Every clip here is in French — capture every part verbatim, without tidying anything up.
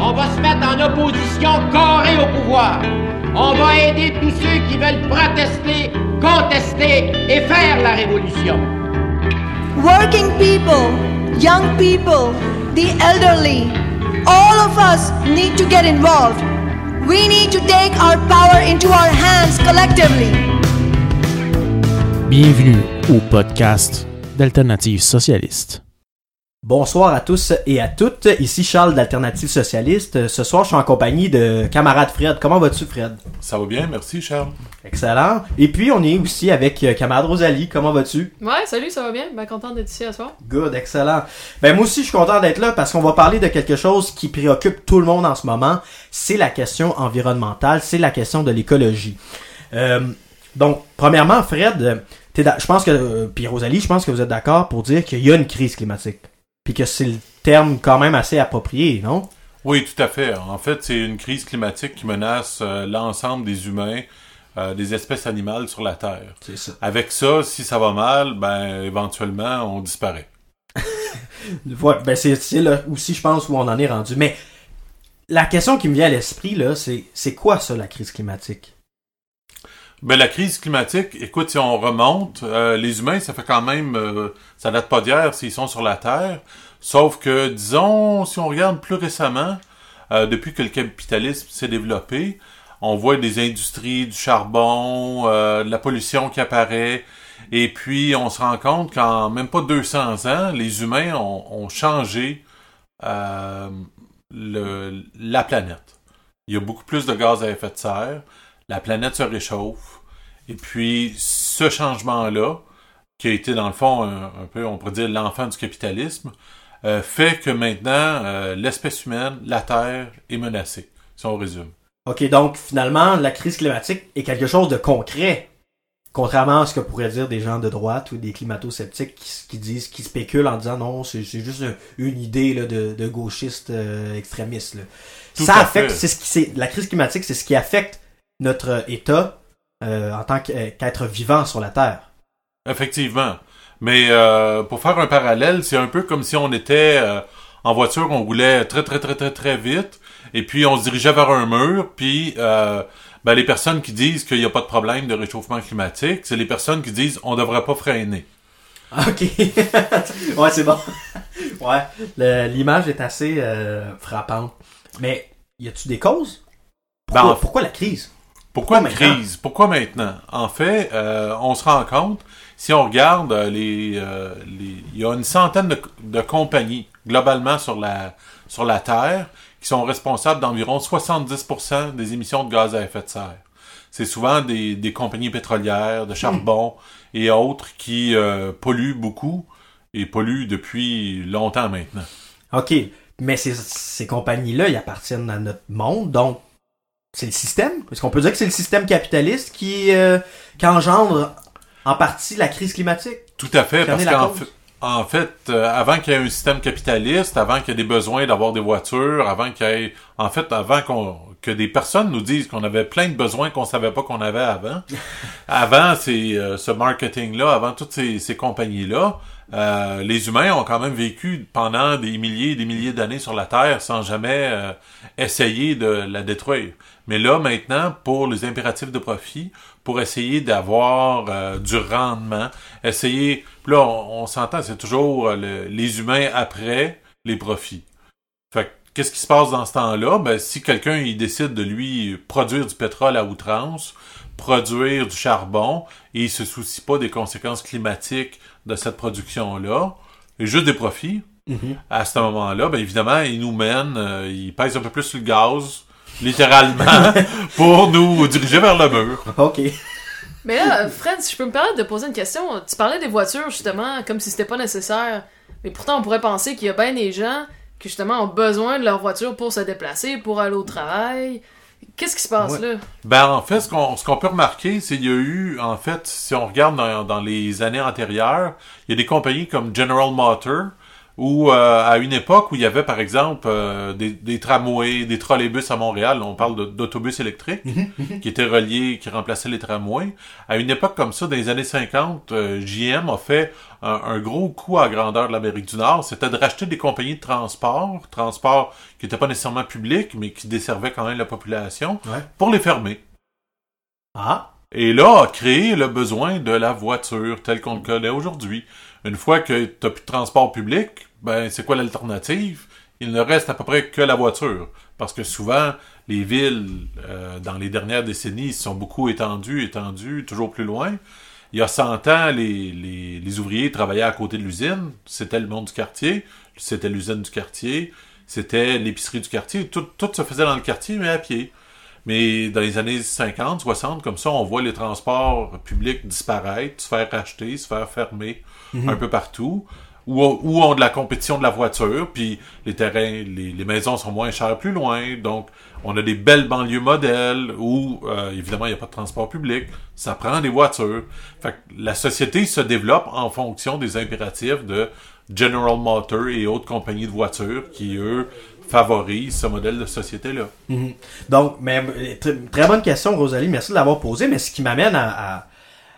On va se mettre en opposition carrée au pouvoir. On va aider tous ceux qui veulent protester, contester et faire la révolution. Working people, young people, the elderly, all of us need to get involved. We need to take our power into our hands collectively. Bienvenue au podcast d'Alternative Socialiste. Bonsoir à tous et à toutes, ici Charles d'Alternative Socialiste. Ce soir, je suis en compagnie de camarade Fred. Comment vas-tu, Fred? Ça va bien, merci Charles. Excellent. Et puis, on est aussi avec camarade Rosalie. Comment vas-tu? Ouais, salut, ça va bien. Ben, content d'être ici à soir. Good, excellent. Ben, moi aussi, je suis content d'être là parce qu'on va parler de quelque chose qui préoccupe tout le monde en ce moment. C'est la question environnementale, c'est la question de l'écologie. Euh, donc, premièrement, Fred, t'es da- je pense que, euh, puis Rosalie, je pense que vous êtes d'accord pour dire qu'il y a une crise climatique. Puis que c'est le terme quand même assez approprié, non? Oui, tout à fait. En fait, c'est une crise climatique qui menace euh, l'ensemble des humains, euh, des espèces animales sur la Terre. C'est ça. Avec ça, si ça va mal, ben éventuellement, on disparaît. Ouais, ben c'est, c'est là aussi, je pense, où on en est rendu. Mais la question qui me vient à l'esprit, là, c'est, c'est quoi ça, la crise climatique? Ben la crise climatique, écoute, si on remonte, euh, les humains, ça fait quand même, euh, ça date pas d'hier s'ils sont sur la Terre, sauf que, disons, si on regarde plus récemment, euh, depuis que le capitalisme s'est développé, on voit des industries, du charbon, euh, de la pollution qui apparaît, et puis on se rend compte qu'en même pas deux cents ans, les humains ont, ont changé euh, le, la planète. Il y a beaucoup plus de gaz à effet de serre. La planète se réchauffe. Et puis, ce changement-là, qui a été, dans le fond, un, un peu, on pourrait dire, l'enfant du capitalisme, euh, fait que maintenant, euh, l'espèce humaine, la Terre, est menacée, si on résume. OK, donc, finalement, la crise climatique est quelque chose de concret. Contrairement à ce que pourraient dire des gens de droite ou des climato-sceptiques qui, qui disent, qui spéculent en disant non, c'est, c'est juste une, une idée là, de, de gauchistes euh, extrémistes. Là. Ça affecte, c'est ce qui, c'est, la crise climatique, c'est ce qui affecte notre état euh, en tant qu'être vivant sur la Terre. Effectivement. Mais euh, pour faire un parallèle, c'est un peu comme si on était euh, en voiture, on roulait très très très très très vite, et puis on se dirigeait vers un mur, puis euh, ben, les personnes qui disent qu'il n'y a pas de problème de réchauffement climatique, c'est les personnes qui disent on devrait pas freiner. OK. Ouais, c'est bon. Ouais, le, l'image est assez euh, frappante. Mais y a-tu des causes? Pourquoi, Ben, pourquoi la crise? Pourquoi, Pourquoi une maintenant? crise? Pourquoi maintenant? En fait, euh, on se rend compte, si on regarde euh, les, euh, les, il y a une centaine de, de compagnies globalement sur la sur la Terre qui sont responsables d'environ soixante-dix pour cent des émissions de gaz à effet de serre. C'est souvent des, des compagnies pétrolières, de charbon mmh. et autres qui euh, polluent beaucoup et polluent depuis longtemps maintenant. OK, mais ces, ces compagnies-là, ils appartiennent à notre monde, donc c'est le système? Est-ce qu'on peut dire que c'est le système capitaliste qui, euh, qui engendre en partie la crise climatique? Tout à fait, parce qu'en cause? fait, en fait euh, avant qu'il y ait un système capitaliste, avant qu'il y ait des besoins d'avoir des voitures, avant qu'il y ait... En fait, avant qu'on, que des personnes nous disent qu'on avait plein de besoins qu'on savait pas qu'on avait avant, avant c'est, euh, ce marketing-là, avant toutes ces, ces compagnies-là, euh, les humains ont quand même vécu pendant des milliers et des milliers d'années sur la Terre sans jamais euh, essayer de la détruire. Mais là, maintenant, pour les impératifs de profit, pour essayer d'avoir euh, du rendement, essayer... Puis là, on, on s'entend, c'est toujours euh, le, les humains après les profits. Fait que, qu'est-ce qui se passe dans ce temps-là? Ben, si quelqu'un il décide de lui produire du pétrole à outrance, produire du charbon, et il se soucie pas des conséquences climatiques de cette production-là, et juste des profits, mm-hmm. à ce moment-là, ben évidemment, il nous mène, euh, il pèse un peu plus sur le gaz, littéralement, pour nous diriger vers le mur. OK. Mais là, Fred, si je peux me permettre de poser une question, tu parlais des voitures, justement, comme si c'était pas nécessaire. Mais pourtant, on pourrait penser qu'il y a bien des gens qui, justement, ont besoin de leur voiture pour se déplacer, pour aller au travail. Qu'est-ce qui se passe, ouais. là? Ben, en fait, ce qu'on, ce qu'on peut remarquer, c'est qu'il y a eu, en fait, si on regarde dans, dans les années antérieures, il y a des compagnies comme General Motors, Ou euh, à une époque où il y avait, par exemple, euh, des, des tramways, des trolleybus à Montréal, on parle de, d'autobus électriques, qui étaient reliés, qui remplaçaient les tramways. À une époque comme ça, dans les années cinquante, euh, J M a fait un, un gros coup à la grandeur de l'Amérique du Nord, c'était de racheter des compagnies de transport, transport qui n'étaient pas nécessairement publics, mais qui desservaient quand même la population, Ouais. pour les fermer. Ah. Et là, a créé le besoin de la voiture tel qu'on le connaît aujourd'hui. Une fois que tu n'as plus de transport public, ben c'est quoi l'alternative? Il ne reste à peu près que la voiture. Parce que souvent, les villes, euh, dans les dernières décennies, se sont beaucoup étendues, étendues, toujours plus loin. Il y a cent ans, les, les, les ouvriers travaillaient à côté de l'usine. C'était le monde du quartier. C'était l'usine du quartier. C'était l'épicerie du quartier. Tout, tout se faisait dans le quartier, mais à pied. Mais dans les années cinquante, soixante, comme ça, on voit les transports publics disparaître, se faire racheter, se faire fermer mm-hmm. un peu partout, où, où on a de la compétition de la voiture, puis les terrains, les, les maisons sont moins chères plus loin, donc on a des belles banlieues modèles où, euh, évidemment, il n'y a pas de transport public, ça prend des voitures. Fait que la société se développe en fonction des impératifs de General Motors et autres compagnies de voitures qui, eux, favorise ce modèle de société-là. Mm-hmm. Donc, mais très, très bonne question, Rosalie. Merci de l'avoir posée. Mais ce qui m'amène à, à,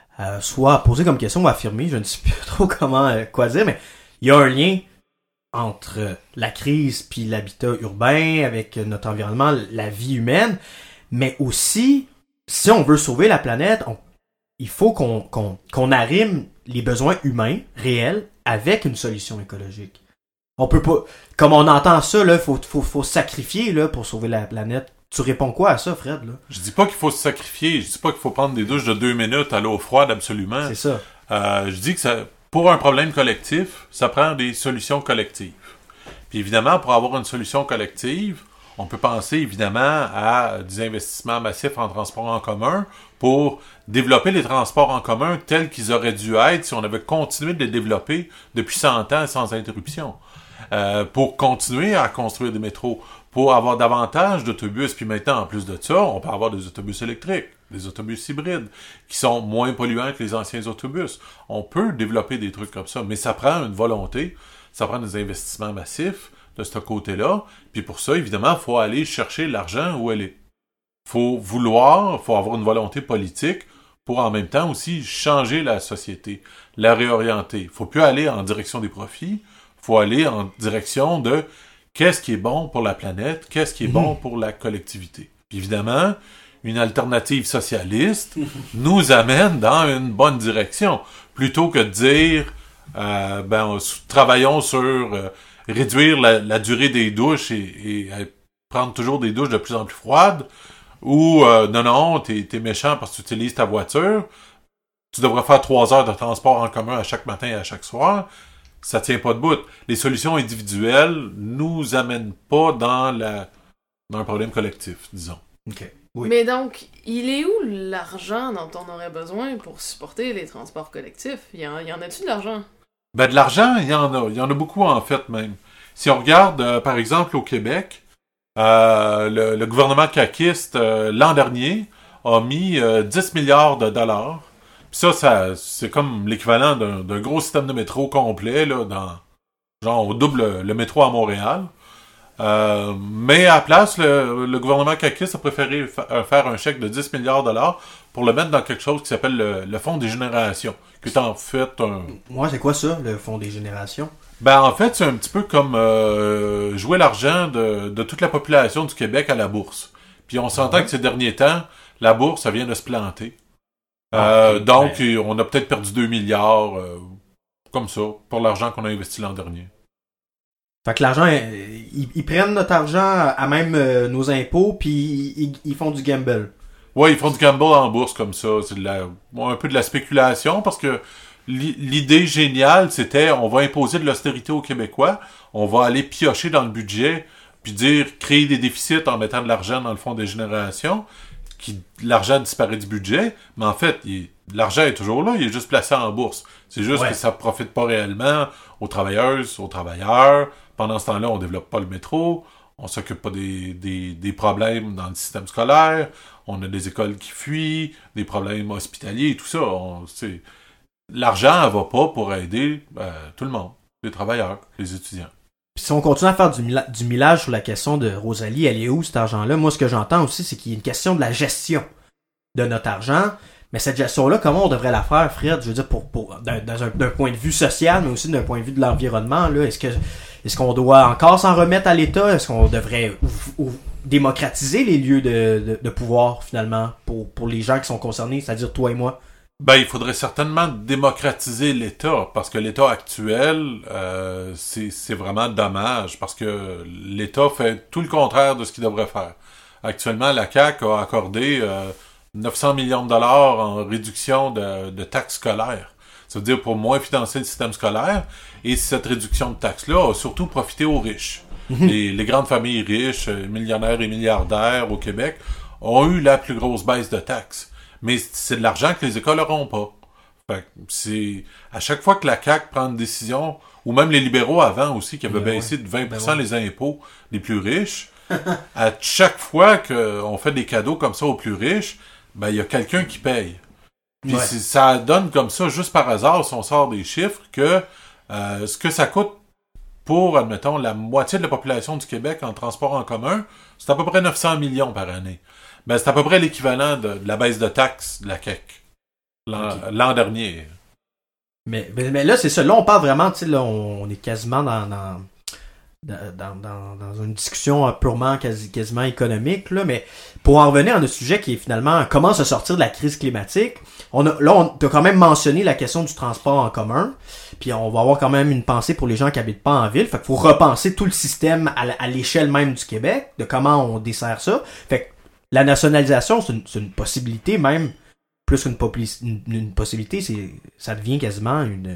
à soit à poser comme question ou à affirmer, je ne sais plus trop comment euh, quoi dire, mais il y a un lien entre la crise puis l'habitat urbain avec notre environnement, la vie humaine, mais aussi, si on veut sauver la planète, on, il faut qu'on, qu'on, qu'on arrime les besoins humains réels avec une solution écologique. On peut pas, comme on entend ça, là, faut, faut, faut sacrifier, là, pour sauver la planète. Tu réponds quoi à ça, Fred, là? Je dis pas qu'il faut se sacrifier, je dis pas qu'il faut prendre des douches de deux minutes à l'eau froide, absolument. C'est ça. Euh, je dis que ça, pour un problème collectif, ça prend des solutions collectives. Puis évidemment, pour avoir une solution collective, on peut penser évidemment à des investissements massifs en transport en commun pour développer les transports en commun tels qu'ils auraient dû être si on avait continué de les développer depuis cent ans sans interruption. Euh, pour continuer à construire des métros, pour avoir davantage d'autobus, puis maintenant, en plus de ça, on peut avoir des autobus électriques, des autobus hybrides, qui sont moins polluants que les anciens autobus. On peut développer des trucs comme ça, mais ça prend une volonté, ça prend des investissements massifs de ce côté-là, puis pour ça, évidemment, il faut aller chercher l'argent où elle est. Il faut vouloir, il faut avoir une volonté politique pour en même temps aussi changer la société, la réorienter. Il ne faut plus aller en direction des profits, il faut aller en direction de qu'est-ce qui est bon pour la planète, qu'est-ce qui est mmh. bon pour la collectivité. Puis évidemment, une alternative socialiste nous amène dans une bonne direction, plutôt que de dire euh, ben, travaillons sur euh, réduire la, la durée des douches et, et, et prendre toujours des douches de plus en plus froides, ou euh, non, non, t'es, t'es méchant parce que tu utilises ta voiture, tu devrais faire trois heures de transport en commun à chaque matin et à chaque soir. Ça tient pas debout. Les solutions individuelles nous amènent pas dans la dans un problème collectif, disons. OK. Oui. Mais donc, il est où l'argent dont on aurait besoin pour supporter les transports collectifs? Il y en, y en a-tu de l'argent? Ben de l'argent, il y en a. Il y en a beaucoup en fait même. Si on regarde, euh, par exemple, au Québec, euh, le, le gouvernement caquiste, euh, l'an dernier, a mis euh, dix milliards de dollars. Puis ça, ça, c'est comme l'équivalent d'un, d'un gros système de métro complet, là, dans, genre, au double le métro à Montréal. Euh, mais à la place, le, le gouvernement caquiste a préféré fa- faire un chèque de dix milliards de dollars pour le mettre dans quelque chose qui s'appelle le, le Fonds des générations, qui est en fait un... Moi, c'est quoi ça, le Fonds des générations? Ben, en fait, c'est un petit peu comme euh, jouer l'argent de, de toute la population du Québec à la bourse. Puis on s'entend ah ouais. que ces derniers temps, la bourse, ça vient de se planter. Euh, okay, donc, ouais. on a peut-être perdu deux milliards, euh, comme ça, pour l'argent qu'on a investi l'an dernier. Fait que l'argent, ils, ils prennent notre argent à même euh, nos impôts, puis ils, ils font du gamble. Ouais, ils font du gamble en bourse comme ça. C'est de la, un peu de la spéculation, parce que l'idée géniale, c'était on va imposer de l'austérité aux Québécois, on va aller piocher dans le budget, puis dire créer des déficits en mettant de l'argent dans le fonds des générations. Qui, l'argent disparaît du budget, mais en fait, il, l'argent est toujours là, il est juste placé en bourse. C'est juste ouais. que ça ne profite pas réellement aux travailleuses, aux travailleurs. Pendant ce temps-là, on ne développe pas le métro, on ne s'occupe pas des, des, des problèmes dans le système scolaire, on a des écoles qui fuient, des problèmes hospitaliers et tout ça. On, c'est, l'argent ne va pas pour aider euh, tout le monde. les travailleurs, les étudiants. Puis si on continue à faire du, mila- du millage sur la question de Rosalie, elle est où cet argent-là? Moi, ce que j'entends aussi, c'est qu'il y a une question de la gestion de notre argent. Mais cette gestion-là, comment on devrait la faire, Fred? Je veux dire, pour, pour, d'un, d'un, d'un point de vue social, mais aussi d'un point de vue de l'environnement, là, est-ce que, est-ce qu'on doit encore s'en remettre à l'État? Est-ce qu'on devrait ou, ou, démocratiser les lieux de, de, de pouvoir, finalement, pour, pour les gens qui sont concernés, c'est-à-dire toi et moi? Ben, il faudrait certainement démocratiser l'État, parce que l'État actuel, euh, c'est, c'est vraiment dommage, parce que l'État fait tout le contraire de ce qu'il devrait faire. Actuellement, la C A Q a accordé euh, neuf cents millions de dollars en réduction de, de taxes scolaires. Ça veut dire pour moins financer le système scolaire. Et cette réduction de taxes-là a surtout profité aux riches. les, les grandes familles riches, millionnaires et milliardaires au Québec, ont eu la plus grosse baisse de taxes. Mais c'est de l'argent que les écoles n'auront pas. Fait que c'est à chaque fois que la C A Q prend une décision, ou même les libéraux avant aussi, qui avaient ben baissé ouais. de vingt pour cent ben ouais. les impôts des plus riches, à chaque fois qu'on fait des cadeaux comme ça aux plus riches, ben il y a quelqu'un qui paye. Puis ouais. ça donne comme ça, juste par hasard, si on sort des chiffres, que euh, ce que ça coûte pour, admettons, la moitié de la population du Québec en transport en commun, c'est à peu près neuf cents millions par année. Ben, c'est à peu près l'équivalent de, de la baisse de taxes de la C A Q l'an, okay. l'an dernier. Mais, mais, mais là, c'est ça. Là, on parle vraiment, tu sais, là, on, on est quasiment dans... dans... Dans, dans, dans une discussion purement quasi, quasiment économique, là, mais pour en revenir à notre sujet qui est finalement comment se sortir de la crise climatique, on a, là, on a quand même mentionné la question du transport en commun, puis on va avoir quand même une pensée pour les gens qui habitent pas en ville, fait qu'il faut repenser tout le système à, à l'échelle même du Québec, de comment on dessert ça. Fait que la nationalisation, c'est une, c'est une possibilité même, plus qu'une populi- une, une possibilité, c'est ça devient quasiment une,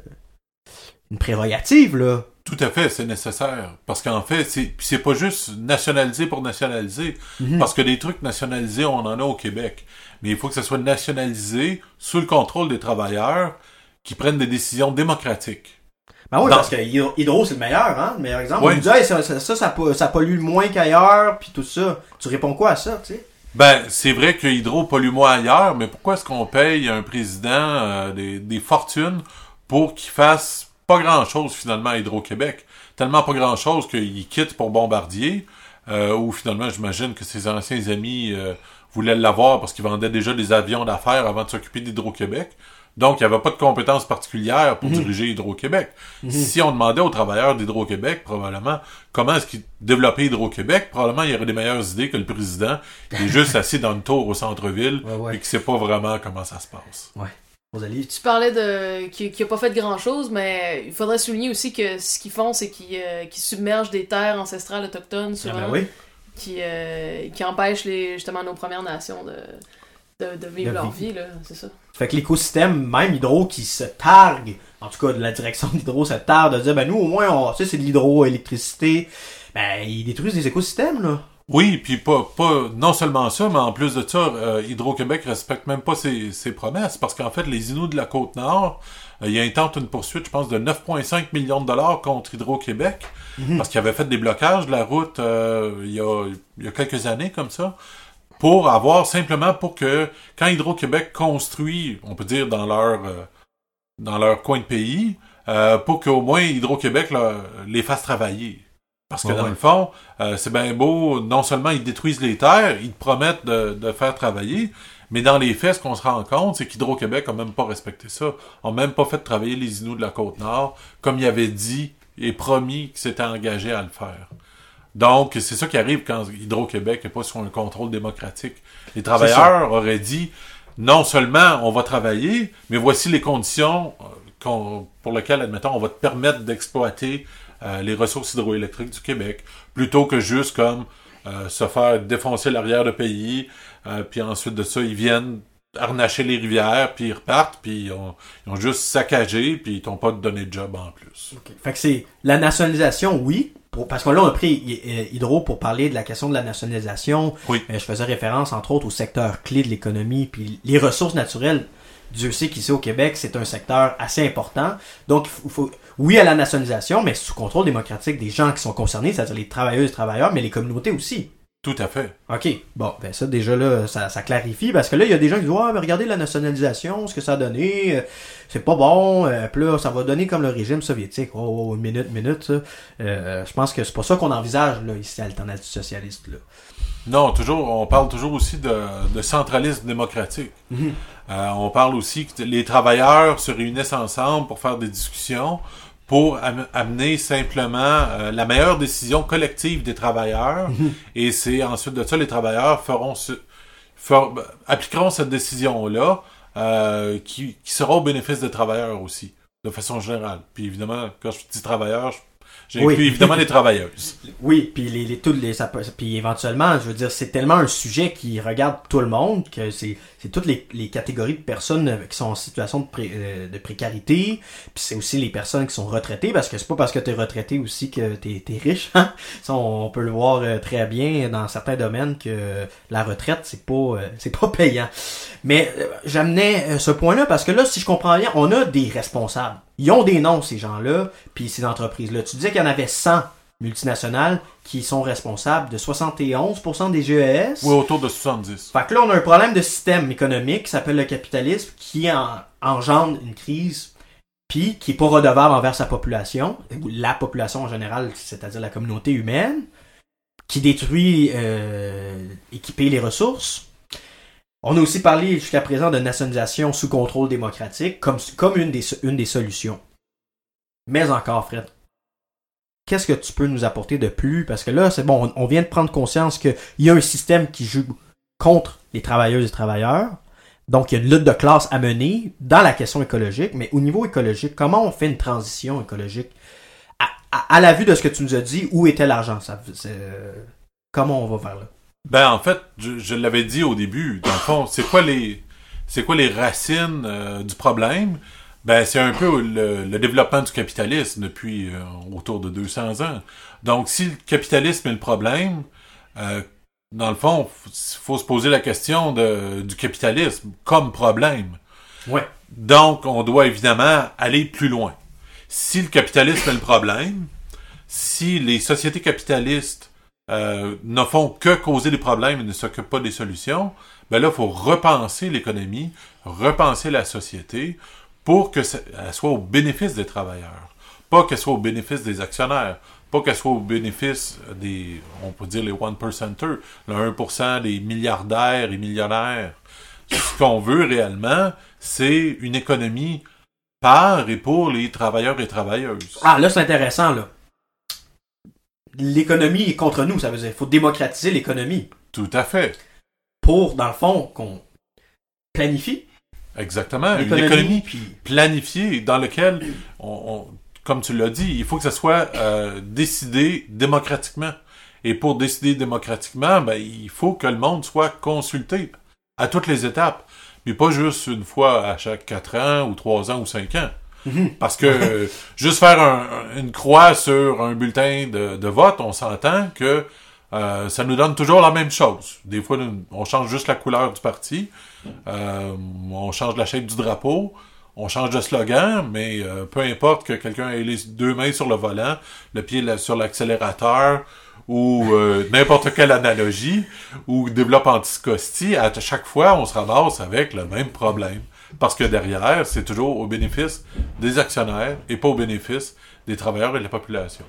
une prérogative, là. Tout à fait, c'est nécessaire. Parce qu'en fait, c'est, c'est pas juste nationaliser pour nationaliser. Mm-hmm. Parce que des trucs nationalisés, on en a au Québec. Mais il faut que ça soit nationalisé sous le contrôle des travailleurs qui prennent des décisions démocratiques. Ben oui, Dans... parce que Hydro, c'est le meilleur, hein? Le meilleur exemple. Oui. On nous dit, hey, ça, ça, ça, ça, ça pollue moins qu'ailleurs, puis tout ça. Tu réponds quoi à ça, tu sais? Ben, c'est vrai que Hydro pollue moins ailleurs, mais pourquoi est-ce qu'on paye un président euh, des, des fortunes pour qu'il fasse pas grand-chose, finalement, à Hydro-Québec. Tellement pas grand-chose qu'il quitte pour Bombardier, euh, où, finalement, j'imagine que ses anciens amis euh, voulaient l'avoir parce qu'ils vendaient déjà des avions d'affaires avant de s'occuper d'Hydro-Québec. Donc, il n'y avait pas de compétences particulières pour mmh. diriger Hydro-Québec. Mmh. Si on demandait aux travailleurs d'Hydro-Québec, probablement, comment est-ce qu'ils développaient Hydro-Québec, probablement, il y aurait des meilleures idées que le président, qui est juste assis dans une tour au centre-ville, ouais, ouais. et qui sait pas vraiment comment ça se passe. Ouais. Rosalie. Tu parlais de qui, qui a pas fait grand-chose, mais il faudrait souligner aussi que ce qu'ils font, c'est qu'ils, euh, qu'ils submergent des terres ancestrales autochtones souvent, ah ben oui. qui, euh, qui empêchent les, justement nos Premières Nations de, de, de vivre de leur vie, là, c'est ça. Fait que l'écosystème, même Hydro, qui se targue, en tout cas de la direction d'Hydro, se targue de dire, ben nous au moins, on, tu sais, c'est de l'hydroélectricité, ben ils détruisent des écosystèmes, là. Oui, puis pas, pas non seulement ça, mais en plus de ça, euh, Hydro-Québec respecte même pas ses, ses promesses, parce qu'en fait, les Inuits de la Côte-Nord, euh, ils intentent une poursuite, je pense, de neuf virgule cinq millions de dollars contre Hydro-Québec, mm-hmm. parce qu'ils avaient fait des blocages de la route euh, il y a, il y a quelques années, comme ça, pour avoir, simplement pour que, quand Hydro-Québec construit, on peut dire, dans leur, euh, dans leur coin de pays, euh, pour qu'au moins Hydro-Québec là, les fasse travailler. Parce que oh, dans ouais. le fond, euh, c'est bien beau, non seulement ils détruisent les terres, ils te promettent de, de faire travailler, mais dans les faits, ce qu'on se rend compte, c'est qu'Hydro-Québec a même pas respecté ça. A même pas fait travailler les Inuits de la Côte-Nord, comme il avait dit et promis qu'il s'était engagé à le faire. Donc, c'est ça qui arrive quand Hydro-Québec n'est pas sur un contrôle démocratique. Les travailleurs auraient dit, non seulement on va travailler, mais voici les conditions qu'on, pour lesquelles, admettons, on va te permettre d'exploiter Euh, les ressources hydroélectriques du Québec, plutôt que juste comme euh, se faire défoncer l'arrière de pays, euh, puis ensuite de ça, ils viennent harnacher les rivières, puis ils repartent, puis ils ont, ils ont juste saccagé, puis ils t'ont pas donné de job en plus. Okay. Fait que c'est la nationalisation, oui, pour, parce que là, on a pris Hydro pour parler de la question de la nationalisation. Oui. Euh, je faisais référence, entre autres, au secteur clé de l'économie, puis les ressources naturelles. Dieu sait qu'ici au Québec, c'est un secteur assez important. Donc, il faut, oui à la nationalisation, mais sous contrôle démocratique des gens qui sont concernés, c'est-à-dire les travailleuses et travailleurs, mais les communautés aussi. Tout à fait. OK. Bon, ben ça, déjà là, ça, ça clarifie, parce que là, il y a des gens qui disent « Ouais, mais regardez la nationalisation, ce que ça a donné, euh, c'est pas bon, euh, puis là, ça va donner comme le régime soviétique. Oh, oh, une minute, une minute, ça. Euh, je pense que c'est pas ça qu'on envisage, là, ici, à l'Alternative socialiste, là. Non, toujours, on parle toujours aussi de, de centralisme démocratique. Mm-hmm. Euh, on parle aussi que les travailleurs se réunissent ensemble pour faire des discussions, pour am- amener simplement euh, la meilleure décision collective des travailleurs. Mm-hmm. Et c'est ensuite de ça, les travailleurs feront ce, fer, appliqueront cette décision-là euh, qui, qui sera au bénéfice des travailleurs aussi, de façon générale. Puis évidemment, quand je dis travailleurs, je J'ai oui. inclus évidemment les travailleuses. Oui, puis les, les, toutes les, ça peut, puis éventuellement, je veux dire, c'est tellement un sujet qui regarde tout le monde que c'est, c'est toutes les, les catégories de personnes qui sont en situation de, pré, euh, de précarité, puis c'est aussi les personnes qui sont retraitées, parce que c'est pas parce que t'es retraité aussi que t'es, t'es riche, hein. Ça, on peut le voir euh, très bien dans certains domaines que la retraite, c'est pas, euh, c'est pas payant. Mais euh, j'amenais euh, ce point-là parce que là, si je comprends bien, on a des responsables. Ils ont des noms, ces gens-là, puis ces entreprises-là. Tu disais qu'il y en avait cent multinationales qui sont responsables de soixante et onze pour cent des G E S. Oui, autour de soixante-dix. Fait que là, on a un problème de système économique qui s'appelle le capitalisme, qui en, engendre une crise, puis qui est pas redevable envers sa population, la population en général, c'est-à-dire la communauté humaine, qui détruit euh, et qui paye les ressources. On a aussi parlé jusqu'à présent de nationalisation sous contrôle démocratique comme, comme une, des, une des solutions. Mais encore, Fred, qu'est-ce que tu peux nous apporter de plus? Parce que là, c'est bon, on, on vient de prendre conscience qu'il y a un système qui joue contre les travailleuses et travailleurs. Donc, il y a une lutte de classe à mener dans la question écologique. Mais au niveau écologique, comment on fait une transition écologique? À, à, à la vue de ce que tu nous as dit, où était l'argent? Ça, c'est, euh, comment on va vers là? Ben, en fait, je, je l'avais dit au début, dans le fond, c'est quoi les, c'est quoi les racines euh, du problème? Ben, c'est un peu le, le développement du capitalisme depuis euh, autour de deux cents ans. Donc, si le capitalisme est le problème, euh, dans le fond, il faut se poser la question de, du capitalisme comme problème. Ouais. Donc, on doit évidemment aller plus loin. Si le capitalisme est le problème, si les sociétés capitalistes Euh, ne font que causer des problèmes et ne s'occupent pas des solutions, ben là, il faut repenser l'économie, repenser la société pour que elle soit au bénéfice des travailleurs. Pas qu'elle soit au bénéfice des actionnaires, pas qu'elle soit au bénéfice des, on peut dire les one percenters, le un pour cent des milliardaires et millionnaires. Ce qu'on veut réellement, c'est une économie par et pour les travailleurs et travailleuses. Ah, là, c'est intéressant, là. L'économie est contre nous, ça veut dire qu'il faut démocratiser l'économie. Tout à fait. Pour, dans le fond, qu'on planifie. Exactement. L'économie, une économie puis... planifiée dans laquelle, on, on, comme tu l'as dit, il faut que ça soit euh, décidé démocratiquement. Et pour décider démocratiquement, ben, il faut que le monde soit consulté à toutes les étapes. Mais pas juste une fois à chaque quatre ans, ou trois ans, ou cinq ans. Mm-hmm. Parce que euh, juste faire un, une croix sur un bulletin de, de vote, on s'entend que euh, ça nous donne toujours la même chose. Des fois, on change juste la couleur du parti, euh, on change la shape du drapeau, on change de slogan, mais euh, peu importe que quelqu'un ait les deux mains sur le volant, le pied sur l'accélérateur, ou euh, n'importe quelle analogie, ou développe anticosti, à chaque fois, on se ramasse avec le même problème. Parce que derrière, c'est toujours au bénéfice des actionnaires et pas au bénéfice des travailleurs et de la population.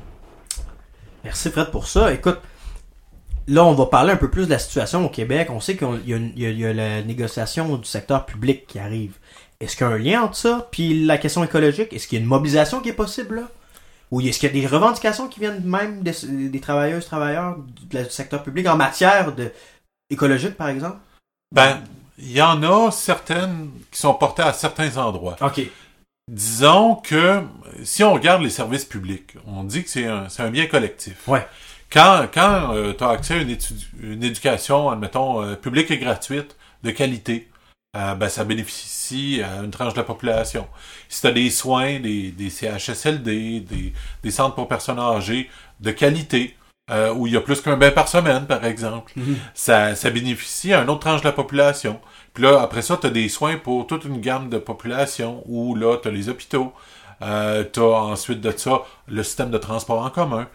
Merci Fred pour ça. Écoute, là on va parler un peu plus de la situation au Québec. On sait qu'il y a, une, il y a, il y a la négociation du secteur public qui arrive. Est-ce qu'il y a un lien entre ça puis la question écologique? Est-ce qu'il y a une mobilisation qui est possible là? Ou est-ce qu'il y a des revendications qui viennent même des, des travailleuses, travailleurs du, du secteur public en matière de écologique par exemple? Ben... Il y en a certaines qui sont portées à certains endroits. OK. Disons que si on regarde les services publics, on dit que c'est un, c'est un bien collectif. Ouais. Quand, quand euh, tu as accès à une, étu- une éducation, admettons, euh, publique et gratuite, de qualité, euh, ben ça bénéficie à une tranche de la population. Si tu as des soins, des, des C H S L D, des, des centres pour personnes âgées de qualité, Euh, où il y a plus qu'un bain par semaine, par exemple. Mm-hmm. Ça, ça bénéficie à une autre tranche de la population. Puis là, après ça, tu as des soins pour toute une gamme de population, où là, tu as les hôpitaux, euh, tu as ensuite de ça le système de transport en commun,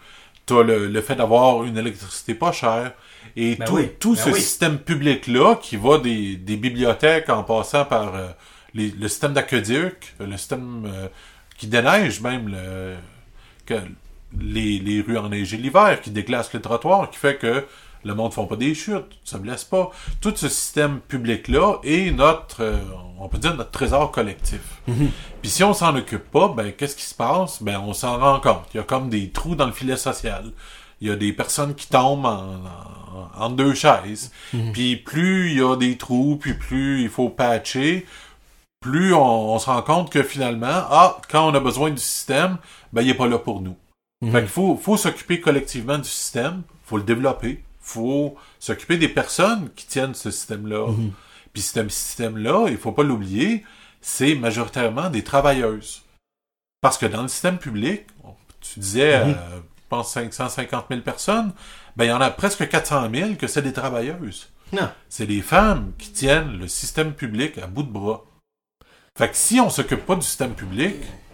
t'as le, le fait d'avoir une électricité pas chère, et Ben tout, oui, tout ben ce oui. système public-là, qui va des, des bibliothèques en passant par euh, les, le système d'aqueduc, le système euh, qui déneige même le, que les, les rues enneigées l'hiver, qui déglace les trottoirs, qui fait que le monde ne font pas des chutes, ça blesse pas. Tout ce système public-là est notre, euh, on peut dire, notre trésor collectif. Mm-hmm. Puis si on s'en occupe pas, ben qu'est-ce qui se passe? Ben on s'en rend compte. Il y a comme des trous dans le filet social. Il y a des personnes qui tombent en, en, en deux chaises. Mm-hmm. Puis plus il y a des trous, puis plus il faut patcher, plus on, on se rend compte que finalement, ah, quand on a besoin du système, ben il est pas là pour nous. Mm-hmm. Fait qu'il faut, faut s'occuper collectivement du système, faut le développer. Faut s'occuper des personnes qui tiennent ce système-là. Mm-hmm. Puis ce système-là, il faut pas l'oublier, c'est majoritairement des travailleuses. Parce que dans le système public, tu disais, mm-hmm. euh, je pense cinq cent cinquante mille personnes, ben il y en a presque quatre cent mille que c'est des travailleuses. Non. C'est des femmes qui tiennent le système public à bout de bras. Fait que si on s'occupe pas du système public,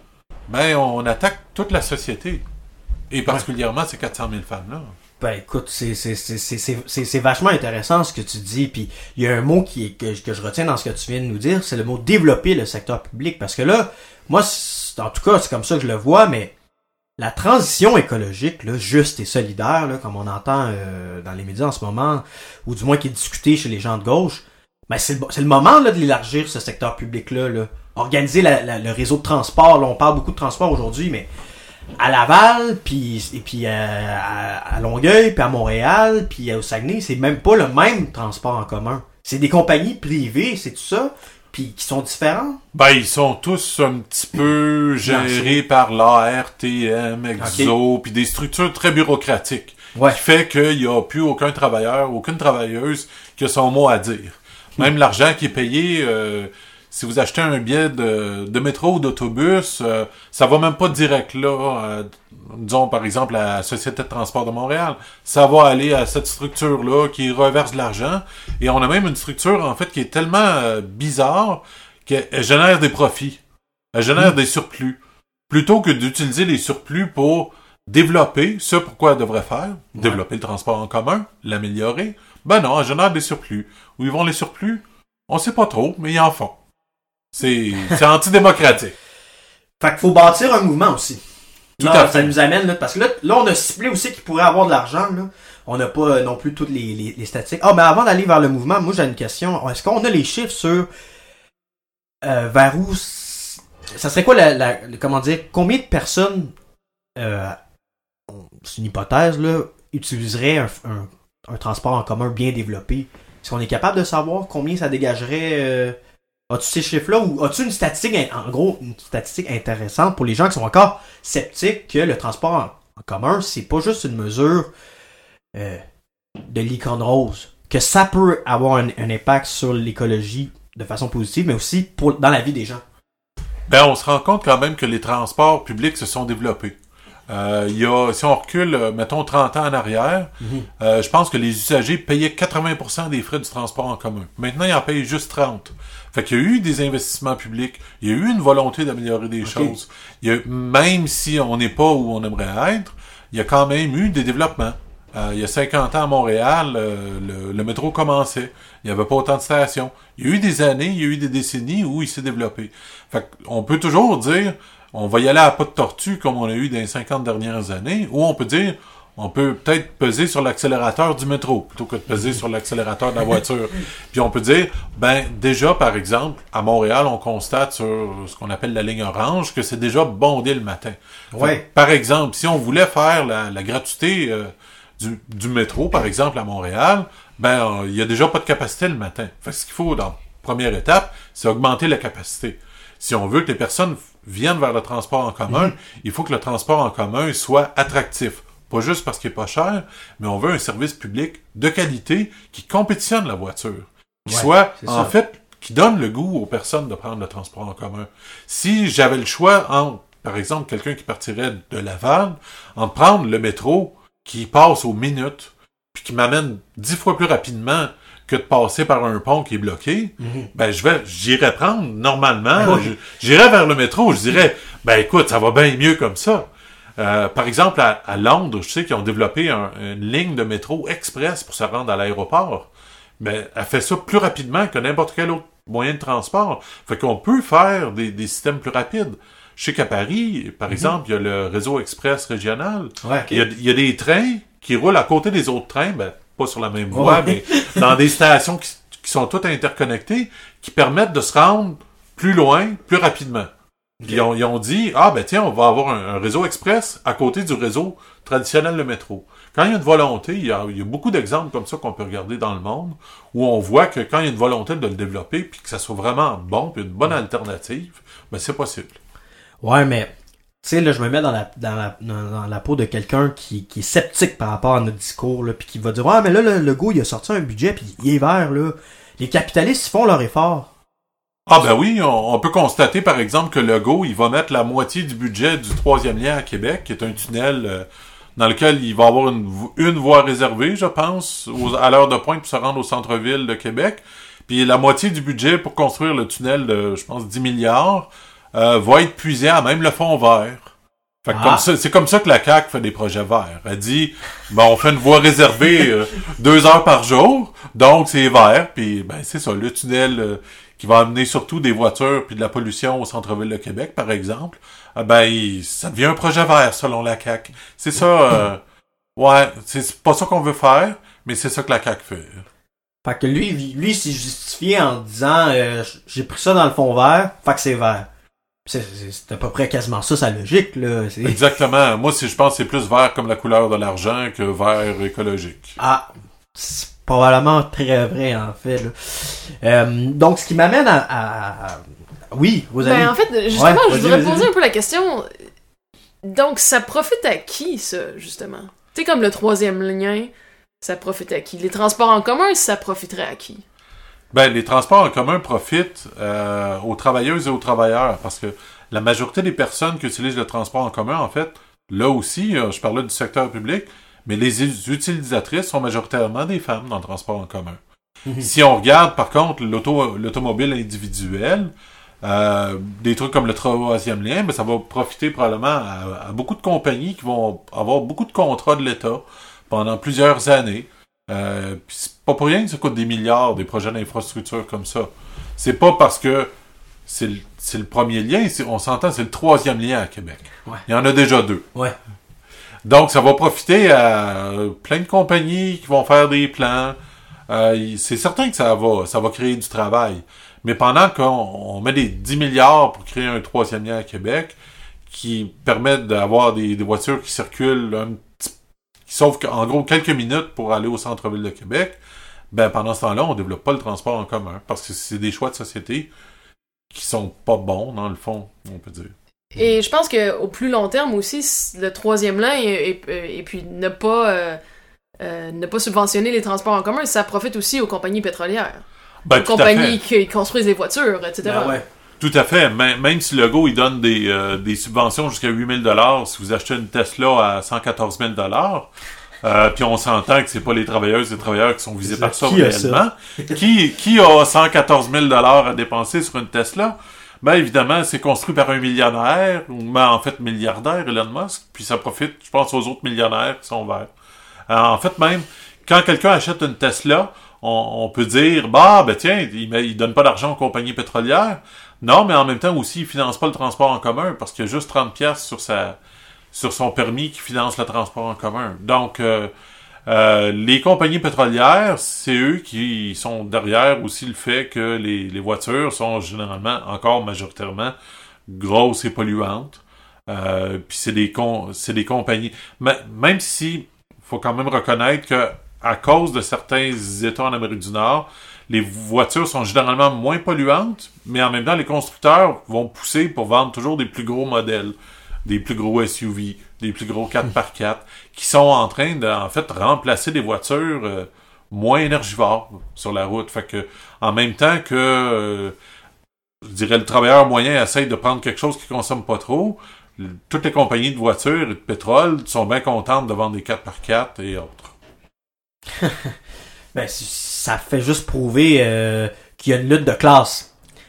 ben on attaque toute la société. Et particulièrement ouais. ces quatre cent mille femmes-là. Ben écoute, c'est c'est c'est c'est c'est c'est vachement intéressant ce que tu dis, puis il y a un mot qui est que, que je retiens dans ce que tu viens de nous dire, c'est le mot développer le secteur public, parce que là, moi en tout cas, c'est comme ça que je le vois, mais la transition écologique là, juste et solidaire là, comme on entend euh, dans les médias en ce moment, ou du moins qui est discuté chez les gens de gauche, ben c'est le c'est le moment là de l'élargir ce secteur public là, là. Organiser la, la, le réseau de transport, là, on parle beaucoup de transport aujourd'hui, mais à Laval, puis et puis à, à, à Longueuil, puis à Montréal, puis au Saguenay, c'est même pas le même transport en commun. C'est des compagnies privées, c'est tout ça, puis qui sont différents. Ben, ils sont tous un petit peu gérés par l'A R T M, Exo, okay. Puis des structures très bureaucratiques. Ouais. Qui fait qu'il y a plus aucun travailleur, aucune travailleuse qui a son mot à dire. Même mmh. l'argent qui est payé... Euh, si vous achetez un billet de, de métro ou d'autobus, euh, ça va même pas direct là, euh, disons par exemple la Société de transport de Montréal. Ça va aller à cette structure-là qui reverse de l'argent. Et on a même une structure en fait qui est tellement euh, bizarre qu'elle génère des profits. Elle génère mmh. des surplus. Plutôt que d'utiliser les surplus pour développer ce pourquoi elle devrait faire, ouais. développer le transport en commun, l'améliorer, ben non, elle génère des surplus. Où ils vont les surplus? On sait pas trop, mais ils en font. C'est, c'est antidémocratique. Fait qu'il faut bâtir un mouvement aussi. Tout là, à fait. Ça nous amène, là, parce que là, là, on a ciblé aussi qu'il pourrait avoir de l'argent, là. On n'a pas euh, non plus toutes les, les, les statistiques. Ah, oh, mais avant d'aller vers le mouvement, moi, j'ai une question. Est-ce qu'on a les chiffres sur, euh, vers où, ça serait quoi la, la, comment dire, combien de personnes, euh, c'est une hypothèse, là, utiliseraient un, un, un transport en commun bien développé? Est-ce qu'on est capable de savoir combien ça dégagerait, euh, as-tu ces chiffres-là ou as-tu une statistique, en gros, une statistique intéressante pour les gens qui sont encore sceptiques que le transport en, en commun, c'est pas juste une mesure euh, de licorne rose, que ça peut avoir un, un impact sur l'écologie de façon positive, mais aussi pour, dans la vie des gens? Ben, on se rend compte quand même que les transports publics se sont développés. Euh, il y a, si on recule, mettons, trente ans en arrière, mm-hmm. euh, je pense que les usagers payaient quatre-vingts pour cent des frais du transport en commun. Maintenant, ils en payent juste trente. Fait qu'il y a eu des investissements publics, il y a eu une volonté d'améliorer des okay. choses. Il y a, même si on n'est pas où on aimerait être, il y a quand même eu des développements. Euh, il y a cinquante ans à Montréal, euh, le, le métro commençait. Il n'y avait pas autant de stations. Il y a eu des années, il y a eu des décennies où il s'est développé. Fait qu'on peut toujours dire, on va y aller à pas de tortue comme on a eu dans les cinquante dernières années, ou on peut dire, on peut peut-être peser sur l'accélérateur du métro plutôt que de peser sur l'accélérateur de la voiture. Puis on peut dire, ben déjà, par exemple, à Montréal, on constate sur ce qu'on appelle la ligne orange que c'est déjà bondé le matin. Ouais. Fait, par exemple, si on voulait faire la, la gratuité euh, du, du métro, par exemple, à Montréal, ben il euh, y a déjà pas de capacité le matin. Fait ce qu'il faut, dans première étape, c'est augmenter la capacité. Si on veut que les personnes viennent vers le transport en commun, mmh. il faut que le transport en commun soit attractif. Pas juste parce qu'il est pas cher, mais on veut un service public de qualité qui compétitionne la voiture. Qui ouais, soit, en ça. fait, qui donne le goût aux personnes de prendre le transport en commun. Si j'avais le choix entre, par exemple, quelqu'un qui partirait de Laval, en prendre le métro qui passe aux minutes, puis qui m'amène dix fois plus rapidement que de passer par un pont qui est bloqué, mm-hmm. ben je vais, j'irais prendre normalement, oui. je, j'irais vers le métro, je dirais, ben écoute, ça va bien mieux comme ça. Euh, par exemple, à, à Londres, je sais qu'ils ont développé un, une ligne de métro express pour se rendre à l'aéroport. Mais elle fait ça plus rapidement que n'importe quel autre moyen de transport. Fait qu'on peut faire des, des systèmes plus rapides. Je sais qu'à Paris, par mm-hmm. exemple, il y a le réseau express régional. Ouais, okay. il, y a, il y a des trains qui roulent à côté des autres trains, ben, pas sur la même voie, ouais. mais dans des stations qui, qui sont toutes interconnectées, qui permettent de se rendre plus loin, plus rapidement. Okay. Ils, ont, ils ont dit, ah ben tiens, on va avoir un, un réseau express à côté du réseau traditionnel de métro. Quand il y a une volonté, il y a, il y a beaucoup d'exemples comme ça qu'on peut regarder dans le monde, où on voit que quand il y a une volonté de le développer, puis que ça soit vraiment bon, puis une bonne alternative, ben c'est possible. Ouais, mais tu sais, là, je me mets dans la dans la, dans, dans la peau de quelqu'un qui, qui est sceptique par rapport à notre discours, là, puis qui va dire, ouais, mais là, le Legault, il a sorti un budget, puis il est vert, là. Les capitalistes, ils font leur effort. Ah ben oui, on, on peut constater, par exemple, que Legault, il va mettre la moitié du budget du troisième lien à Québec, qui est un tunnel euh, dans lequel il va avoir une, une voie réservée, je pense, aux, à l'heure de pointe pour se rendre au centre-ville de Québec. Puis la moitié du budget pour construire le tunnel de, je pense, dix milliards, euh, va être puisé à même le fonds vert. Fait que ah. comme ça, c'est comme ça que la C A Q fait des projets verts. Elle dit, ben, on fait une voie réservée euh, deux heures par jour, donc c'est vert, puis ben c'est ça, le tunnel euh, qui va amener surtout des voitures puis de la pollution au centre-ville de Québec, par exemple, euh, ben il, ça devient un projet vert selon la C A Q. C'est ça, euh, ouais, c'est pas ça qu'on veut faire, mais c'est ça que la C A Q fait. Fait que lui, lui s'est justifié en disant, euh, j'ai pris ça dans le fond vert, fait que c'est vert. C'est, c'est, c'est à peu près quasiment ça sa logique, là. C'est... Exactement. Moi, si je pense que c'est plus vert comme la couleur de l'argent que vert écologique. Ah, c'est probablement très vrai, en fait, là. Euh, donc, ce qui m'amène à... à, à... Oui, vous avez... Ben, en fait, justement, ouais, je voudrais poser un peu la question. Donc, ça profite à qui, ça, justement? Tu sais, comme le troisième lien, ça profite à qui? Les transports en commun, ça profiterait à qui? Ben, les transports en commun profitent euh, aux travailleuses et aux travailleurs, parce que la majorité des personnes qui utilisent le transport en commun, en fait, là aussi, euh, je parlais du secteur public, mais les utilisatrices sont majoritairement des femmes dans le transport en commun. Mm-hmm. Si on regarde, par contre, l'auto, l'automobile individuelle, euh, des trucs comme le troisième lien, ben, ça va profiter probablement à, à beaucoup de compagnies qui vont avoir beaucoup de contrats de l'État pendant plusieurs années. Euh, pis c'est pas pour rien que ça coûte des milliards, des projets d'infrastructure comme ça. C'est pas parce que c'est le, c'est le premier lien, c'est, on s'entend, c'est le troisième lien à Québec. Ouais. Il y en a déjà deux. Ouais. Donc, ça va profiter à plein de compagnies qui vont faire des plans. Euh, c'est certain que ça va, ça va créer du travail. Mais pendant qu'on on met des dix milliards pour créer un troisième lien à Québec, qui permettent d'avoir des, des voitures qui circulent un sauf qu'en gros, quelques minutes pour aller au centre-ville de Québec, ben pendant ce temps-là, on développe pas le transport en commun, parce que c'est des choix de société qui sont pas bons, dans le fond, on peut dire. Et je pense qu'au plus long terme aussi, le troisième lien, et, et, et puis ne pas, euh, euh, ne pas subventionner les transports en commun, ça profite aussi aux compagnies pétrolières. Ben, aux compagnies qui construisent des voitures, et cetera. Ben ouais. Tout à fait. Même si Legault il donne des, euh, des subventions jusqu'à huit mille dollars si vous achetez une Tesla à cent quatorze mille dollars, euh, puis on s'entend que c'est pas les travailleuses et les travailleurs qui sont visés par ça qui réellement. Ça? qui, qui a cent quatorze mille dollars à dépenser sur une Tesla? Ben évidemment, c'est construit par un millionnaire, ou ben, en fait milliardaire, Elon Musk, puis ça profite, je pense, aux autres millionnaires qui sont verts. Alors, en fait, même, quand quelqu'un achète une Tesla, on, on peut dire, bah, ben tiens, il, il donne pas d'argent aux compagnies pétrolières. Non, mais en même temps aussi, il finance pas le transport en commun parce qu'il y a juste trente piastres sur sa sur son permis qui finance le transport en commun. Donc, euh, euh, les compagnies pétrolières, c'est eux qui sont derrière aussi le fait que les, les voitures sont généralement, encore majoritairement, grosses et polluantes. Euh, puis c'est des con, c'est des compagnies. Mais, même si, faut quand même reconnaître que à cause de certains États en Amérique du Nord, les voitures sont généralement moins polluantes, mais en même temps, les constructeurs vont pousser pour vendre toujours des plus gros modèles, des plus gros S U V, des plus gros quatre par quatre, qui sont en train de, en fait, remplacer des voitures euh, moins énergivores sur la route. Fait que, en même temps que, euh, je dirais, le travailleur moyen essaye de prendre quelque chose qui consomme pas trop, toutes les compagnies de voitures et de pétrole sont bien contentes de vendre des quatre par quatre et autres. Ben, ça fait juste prouver euh, qu'il y a une lutte de classe.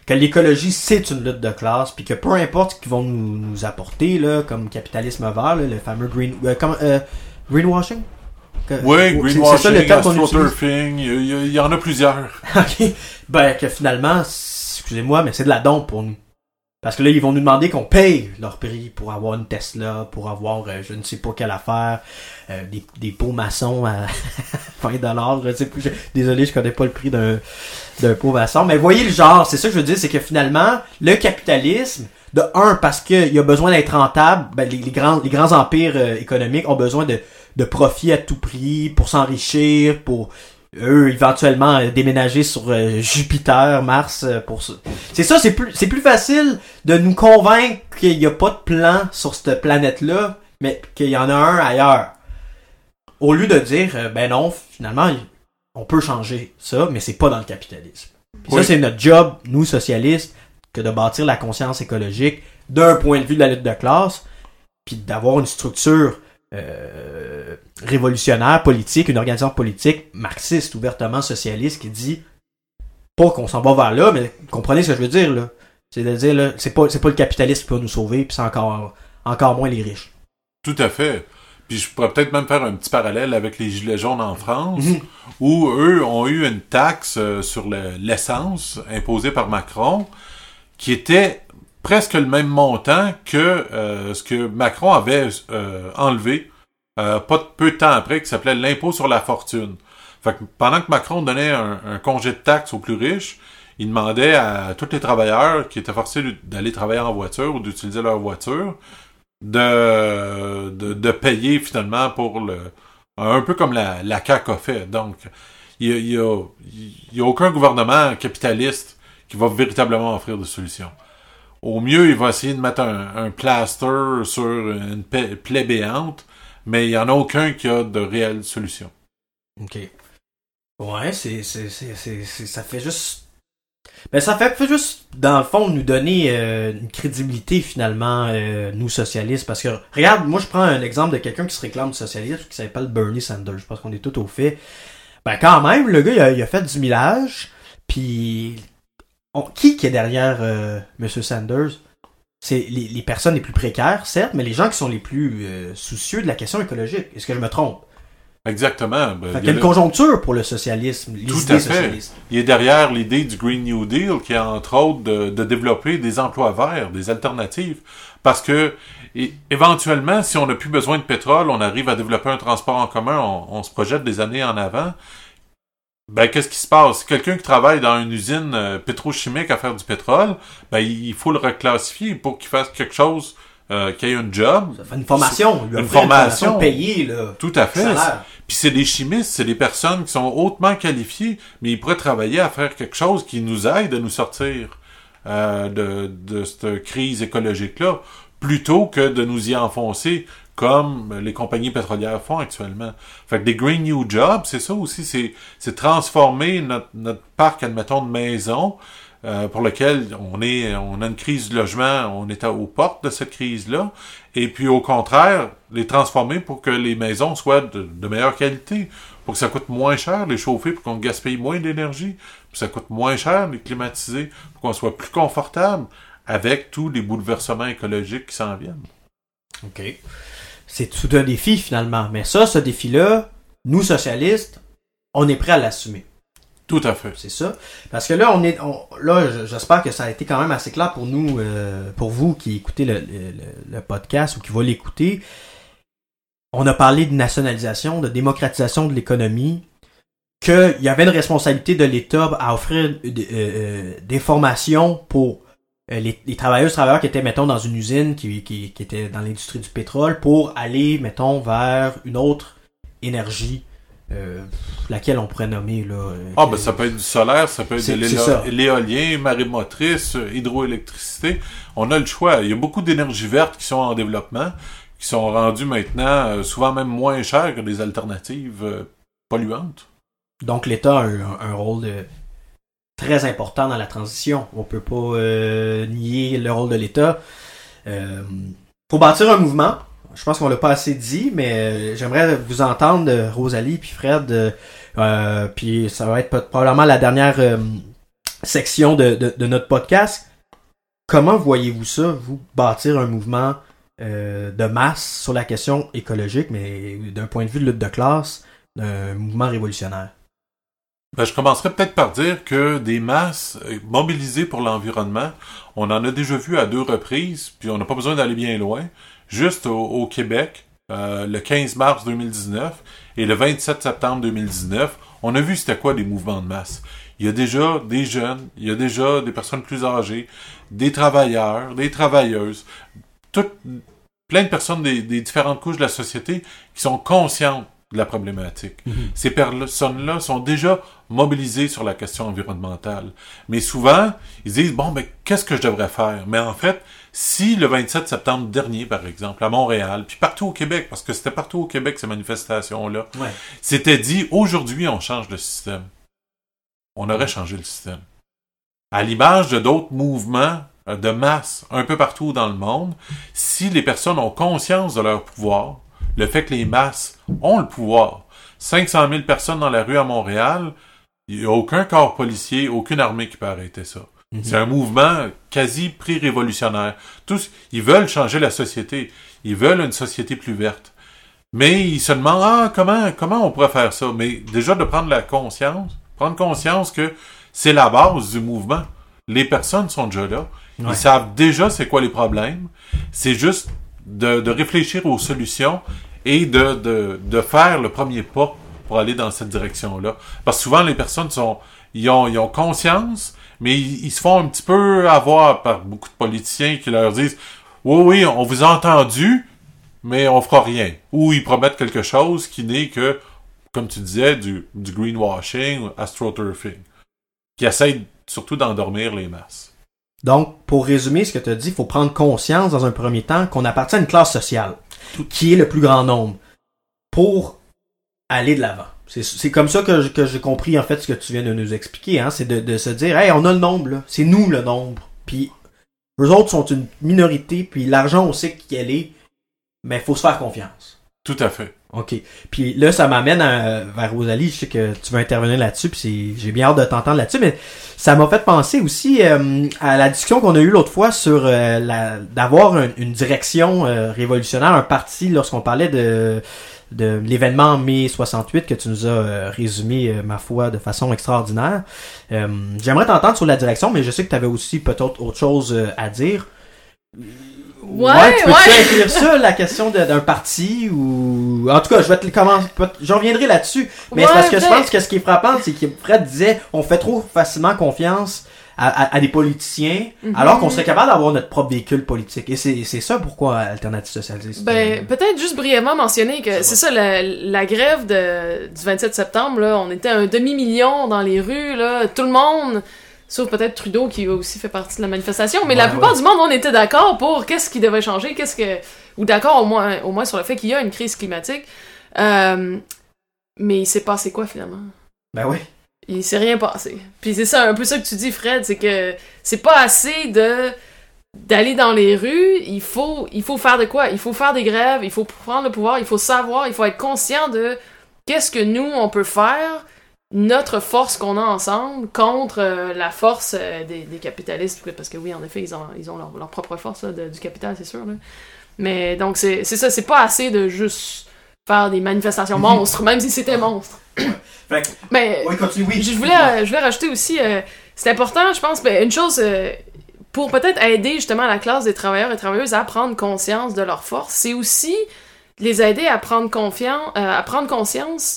que l'écologie, c'est une lutte de classe, puis que peu importe ce qu'ils vont nous, nous apporter, là, comme capitalisme vert, là, le fameux green, euh, comme, euh, greenwashing? Que, oui, greenwashing, c'est ça le terme qu'on utilise. astroturfing, il y, il y en a plusieurs. Ok. Ben, que finalement, excusez-moi, mais c'est de la dompe pour nous. Parce que là, ils vont nous demander qu'on paye leur prix pour avoir une Tesla, pour avoir euh, je ne sais pas quelle affaire, euh, des, des pots maçons à vingt dollars, je sais plus. Je, désolé, je connais pas le prix d'un, d'un pot maçon. Mais voyez le genre, c'est ça que je veux dire, c'est que finalement, le capitalisme, de un, parce qu'il y a besoin d'être rentable, ben, les, les, grands, les grands empires euh, économiques ont besoin de, de profit à tout prix, pour s'enrichir, pour... eux éventuellement euh, déménager sur euh, Jupiter, Mars euh, pour ça. C'est ça, c'est plus c'est plus facile de nous convaincre qu'il n'y a pas de plan sur cette planète-là, mais qu'il y en a un ailleurs. Au lieu de dire euh, ben non, finalement on peut changer ça, mais c'est pas dans le capitalisme. Puis oui. Ça c'est notre job, nous socialistes, que de bâtir la conscience écologique d'un point de vue de la lutte de classe, puis d'avoir une structure Euh, révolutionnaire, politique, une organisation politique marxiste, ouvertement socialiste, qui dit pas qu'on s'en va vers là, mais comprenez ce que je veux dire là. C'est-à-dire là, c'est pas c'est pas le capitalisme qui va nous sauver, puis c'est encore encore moins les riches. Tout à fait. Puis je pourrais peut-être même faire un petit parallèle avec les Gilets jaunes en France, mmh. où eux ont eu une taxe euh, sur le, l'essence imposée par Macron, qui était presque le même montant que euh, ce que Macron avait euh, enlevé euh, pas de peu de temps après, qui s'appelait l'impôt sur la fortune. Fait que pendant que Macron donnait un, un congé de taxes aux plus riches, il demandait à tous les travailleurs qui étaient forcés d'aller travailler en voiture ou d'utiliser leur voiture de, de, de payer finalement pour le... un peu comme la, la C A Q a fait. Donc, il y a, il y a, il y a aucun gouvernement capitaliste qui va véritablement offrir des solutions. Au mieux, il va essayer de mettre un, un plaster sur une pa- plaie béante, mais il n'y en a aucun qui a de réelles solutions. OK. Ouais, c'est, c'est, c'est, c'est, c'est ça fait juste... Ben, ça fait, fait juste, dans le fond, nous donner euh, une crédibilité, finalement, euh, nous, socialistes. Parce que, regarde, moi, je prends un exemple de quelqu'un qui se réclame du socialisme, qui s'appelle Bernie Sanders. Je pense qu'on est tous au fait. Ben, quand même, le gars, il a, il a fait du millage, puis... On, qui qui est derrière euh, M. Sanders? C'est les, les personnes les plus précaires, certes, mais les gens qui sont les plus euh, soucieux de la question écologique. Est-ce que je me trompe? Exactement. Ben, fait qu'il y a une conjoncture pour le socialisme, les Tout idées à fait. socialistes. Il est derrière l'idée du Green New Deal, qui est entre autres de, de développer des emplois verts, des alternatives. Parce que, et, éventuellement, si on n'a plus besoin de pétrole, on arrive à développer un transport en commun, on, on se projette des années en avant. Ben, qu'est-ce qui se passe? Quelqu'un qui travaille dans une usine euh, pétrochimique à faire du pétrole, ben, il faut le reclassifier pour qu'il fasse quelque chose, euh, qu'il ait un job. Ça fait une formation. Lui une formation. Une formation payée, là. Tout à fait. Puis c'est des chimistes, c'est des personnes qui sont hautement qualifiées, mais ils pourraient travailler à faire quelque chose qui nous aide à nous sortir euh, de, de cette crise écologique-là, plutôt que de nous y enfoncer comme les compagnies pétrolières font actuellement. Fait que des Green New Jobs, c'est ça aussi, c'est, c'est transformer notre, notre parc, admettons, de maisons, euh, pour lequel on est, on a une crise du logement, on est aux portes de cette crise-là, et puis au contraire, les transformer pour que les maisons soient de, de meilleure qualité, pour que ça coûte moins cher les chauffer, pour qu'on gaspille moins d'énergie, puis ça coûte moins cher les climatiser, pour qu'on soit plus confortable avec tous les bouleversements écologiques qui s'en viennent. OK. C'est tout un défi, finalement. Mais ça, ce défi-là, nous, socialistes, on est prêts à l'assumer. Tout à fait. C'est ça. Parce que là, on est, on, là, j'espère que ça a été quand même assez clair pour nous, euh, pour vous qui écoutez le, le, le podcast ou qui va l'écouter. On a parlé de nationalisation, de démocratisation de l'économie, qu'il y avait une responsabilité de l'État à offrir euh, euh, des formations pour euh, les, les travailleuses travailleurs qui étaient, mettons, dans une usine, qui, qui, qui était dans l'industrie du pétrole, pour aller, mettons, vers une autre énergie. Euh, laquelle on pourrait nommer là. Euh, ah que... ben ça peut être du solaire, ça peut être c'est, de l'éo- l'éolien, marémotrice, hydroélectricité. On a le choix. Il y a beaucoup d'énergies vertes qui sont en développement, qui sont rendues maintenant euh, souvent même moins chères que des alternatives euh, polluantes. Donc l'État a un, un rôle de, très important dans la transition. On peut pas euh, nier le rôle de l'État. Euh, faut bâtir un mouvement. Je pense qu'on l'a pas assez dit, mais j'aimerais vous entendre, Rosalie puis Fred, euh, puis ça va être probablement la dernière euh, section de, de, de notre podcast. Comment voyez-vous ça, vous, bâtir un mouvement euh, de masse sur la question écologique, mais d'un point de vue de lutte de classe, d'un mouvement révolutionnaire? Ben, je commencerai peut-être par dire que des masses mobilisées pour l'environnement, on en a déjà vu à deux reprises, puis on n'a pas besoin d'aller bien loin. Juste au, au Québec, euh, le quinze mars deux mille dix-neuf et le vingt-sept septembre deux mille dix-neuf, on a vu c'était quoi des mouvements de masse. Il y a déjà des jeunes, il y a déjà des personnes plus âgées, des travailleurs, des travailleuses, toutes, plein de personnes des, des différentes couches de la société qui sont conscientes de la problématique. Mm-hmm. Ces personnes-là sont déjà mobilisées sur la question environnementale. Mais souvent, ils disent, bon, ben, qu'est-ce que je devrais faire? Mais en fait, si le vingt-sept septembre dernier, par exemple, à Montréal, puis partout au Québec, parce que c'était partout au Québec, ces manifestations-là, ouais. C'était dit, aujourd'hui, on change de système. On aurait changé le système. À l'image de d'autres mouvements de masse un peu partout dans le monde, si les personnes ont conscience de leur pouvoir, le fait que les masses ont le pouvoir. cinq cent mille personnes dans la rue à Montréal, il n'y a aucun corps policier, aucune armée qui peut arrêter ça. Mm-hmm. C'est un mouvement quasi pré-révolutionnaire. Tous, ils veulent changer la société. Ils veulent une société plus verte. Mais ils se demandent, ah, comment, comment on pourrait faire ça? Mais déjà de prendre la conscience, prendre conscience que c'est la base du mouvement. Les personnes sont déjà là. Ouais. Ils savent déjà c'est quoi les problèmes. C'est juste de, de réfléchir aux solutions et de, de, de faire le premier pas pour aller dans cette direction-là. Parce que souvent, les personnes sont, ils ont, ils ont conscience, mais ils, ils se font un petit peu avoir par beaucoup de politiciens qui leur disent « Oui, oui, on vous a entendu, mais on fera rien. » Ou ils promettent quelque chose qui n'est que, comme tu disais, du, du greenwashing ou astroturfing, qui essaie surtout d'endormir les masses. Donc, pour résumer ce que tu as dit, il faut prendre conscience dans un premier temps qu'on appartient à une classe sociale qui est le plus grand nombre pour aller de l'avant. C'est, c'est comme ça que, je, que j'ai compris en fait ce que tu viens de nous expliquer. Hein? C'est de, de se dire, hey, on a le nombre, là. C'est nous le nombre. Puis eux autres sont une minorité, puis l'argent on sait qu'elle est, mais il faut se faire confiance. Tout à fait. OK. Puis là, ça m'amène à, vers Rosalie. Je sais que tu vas intervenir là-dessus, puis c'est, j'ai bien hâte de t'entendre là-dessus, mais ça m'a fait penser aussi euh, à la discussion qu'on a eue l'autre fois sur euh, la, d'avoir un, une direction euh, révolutionnaire, un parti, lorsqu'on parlait de, de l'événement mai soixante-huit que tu nous as euh, résumé, euh, ma foi, de façon extraordinaire. Euh, j'aimerais t'entendre sur la direction, mais je sais que tu avais aussi peut-être autre chose euh, à dire. Ouais, ouais, tu peux ouais. inclure ça, la question de, d'un parti ou... En tout cas, je vais te commencer, je reviendrai là-dessus. Mais ouais, c'est parce que je pense que ce qui est frappant, c'est que Fred disait, on fait trop facilement confiance à, à, à des politiciens, mm-hmm. alors qu'on serait capable d'avoir notre propre véhicule politique. Et c'est, c'est ça pourquoi Alternative Socialiste. Ben, euh... peut-être juste brièvement mentionner que c'est, c'est ça, la, la grève de, du vingt-sept septembre, là, on était un demi-million dans les rues, là, tout le monde... Sauf peut-être Trudeau qui a aussi fait partie de la manifestation, mais ouais, la plupart ouais. du monde, on était d'accord pour qu'est-ce qui devait changer, qu'est-ce que... Ou d'accord au moins, au moins sur le fait qu'il y a une crise climatique. Euh... Mais il s'est passé quoi, finalement? Ben oui. Il s'est rien passé. Puis c'est ça, un peu ça que tu dis, Fred, c'est que c'est pas assez de d'aller dans les rues, il faut, il faut faire de quoi? Il faut faire des grèves, il faut prendre le pouvoir, il faut savoir, il faut être conscient de qu'est-ce que nous, on peut faire... notre force qu'on a ensemble contre euh, la force euh, des, des capitalistes, parce que oui, en effet, ils ont, ils ont leur, leur propre force là, de, du capital, c'est sûr. Là. Mais donc, c'est, c'est ça, c'est pas assez de juste faire des manifestations monstres, même si c'était monstre. Fait que, mais oui, continue, oui. Je voulais, je voulais rajouter aussi, euh, c'est important, je pense, ben, une chose, euh, pour peut-être aider justement la classe des travailleurs et travailleuses à prendre conscience de leur force, c'est aussi les aider à prendre, confiance, euh, à prendre conscience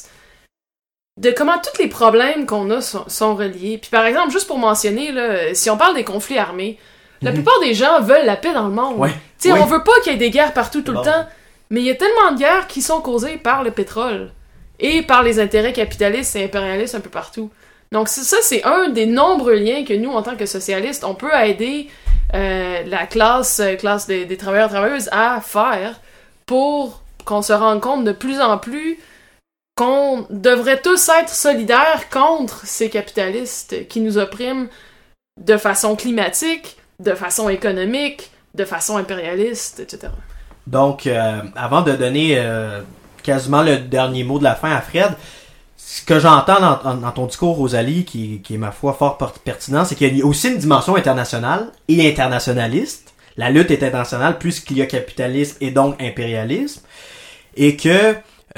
de comment tous les problèmes qu'on a sont, sont reliés. Puis par exemple, juste pour mentionner, là, si on parle des conflits armés, la mm-hmm. plupart des gens veulent la paix dans le monde. Ouais. Tu sais, oui. on veut pas qu'il y ait des guerres partout tout bon. le temps, mais il y a tellement de guerres qui sont causées par le pétrole et par les intérêts capitalistes et impérialistes un peu partout. Donc c'est, ça, c'est un des nombreux liens que nous, en tant que socialistes, on peut aider euh, la classe, classe des, des travailleurs et travailleuses à faire pour qu'on se rende compte de plus en plus qu'on devrait tous être solidaires contre ces capitalistes qui nous oppriment de façon climatique, de façon économique, de façon impérialiste, et cetera. Donc, euh, avant de donner euh, quasiment le dernier mot de la fin à Fred, ce que j'entends dans, dans ton discours, Rosalie, qui, qui est ma foi fort pertinent, c'est qu'il y a aussi une dimension internationale et internationaliste. La lutte est internationale puisqu'il y a capitalisme et donc impérialisme. Et que,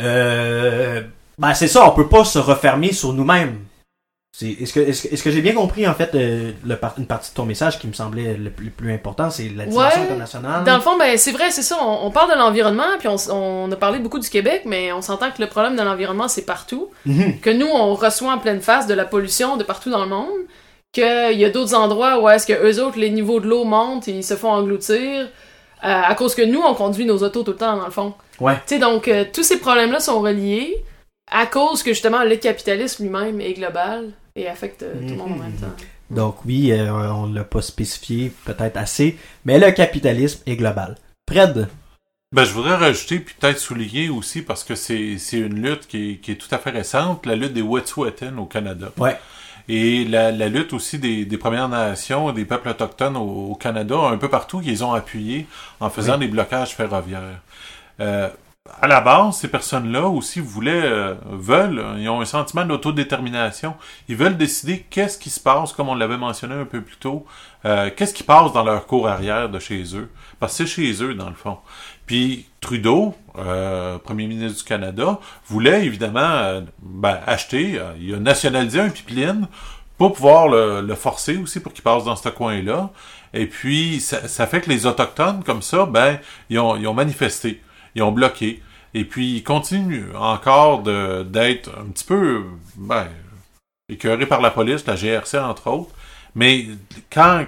euh, ben c'est ça, on peut pas se refermer sur nous-mêmes. C'est, est-ce que, est-ce que, est-ce que j'ai bien compris, en fait, euh, le, une partie de ton message qui me semblait le plus, le plus important, c'est la dimension ouais, internationale? Dans le fond, ben, c'est vrai, c'est ça. On, on parle de l'environnement, puis on, on a parlé beaucoup du Québec, mais on s'entend que le problème de l'environnement, c'est partout. Mm-hmm. Que nous, on reçoit en pleine face de la pollution de partout dans le monde. Qu'il y a d'autres endroits où est-ce que eux autres, les niveaux de l'eau montent, ils se font engloutir. Euh, à cause que nous, on conduit nos autos tout le temps, dans le fond. Ouais. Tu sais, donc, euh, tous ces problèmes-là sont reliés à cause que, justement, le capitalisme lui-même est global et affecte euh, tout le monde en même temps. Donc oui, euh, on l'a pas spécifié peut-être assez, mais le capitalisme est global. Fred? Ben, je voudrais rajouter, puis peut-être souligner aussi, parce que c'est, c'est une lutte qui est, qui est tout à fait récente, la lutte des Wet'suwet'en au Canada. Ouais. Et la, la lutte aussi des, des Premières Nations, des peuples autochtones au, au Canada, un peu partout, qu'ils ont appuyé en faisant oui. des blocages ferroviaires. Euh, à la base, ces personnes-là aussi voulaient, euh, veulent, ils ont un sentiment d'autodétermination. Ils veulent décider qu'est-ce qui se passe, comme on l'avait mentionné un peu plus tôt, euh, qu'est-ce qui passe dans leur cour arrière de chez eux. Parce que c'est chez eux, dans le fond. Puis Trudeau, euh, premier ministre du Canada, voulait évidemment euh, ben, acheter, euh, il a nationalisé un pipeline pour pouvoir le, le forcer aussi pour qu'il passe dans ce coin-là. Et puis, ça, ça fait que les Autochtones, comme ça, ben, ils ont, ils ont manifesté. Ils ont bloqué. Et puis, ils continuent encore de, d'être un petit peu, ben, écœurés par la police, la G R C, entre autres. Mais quand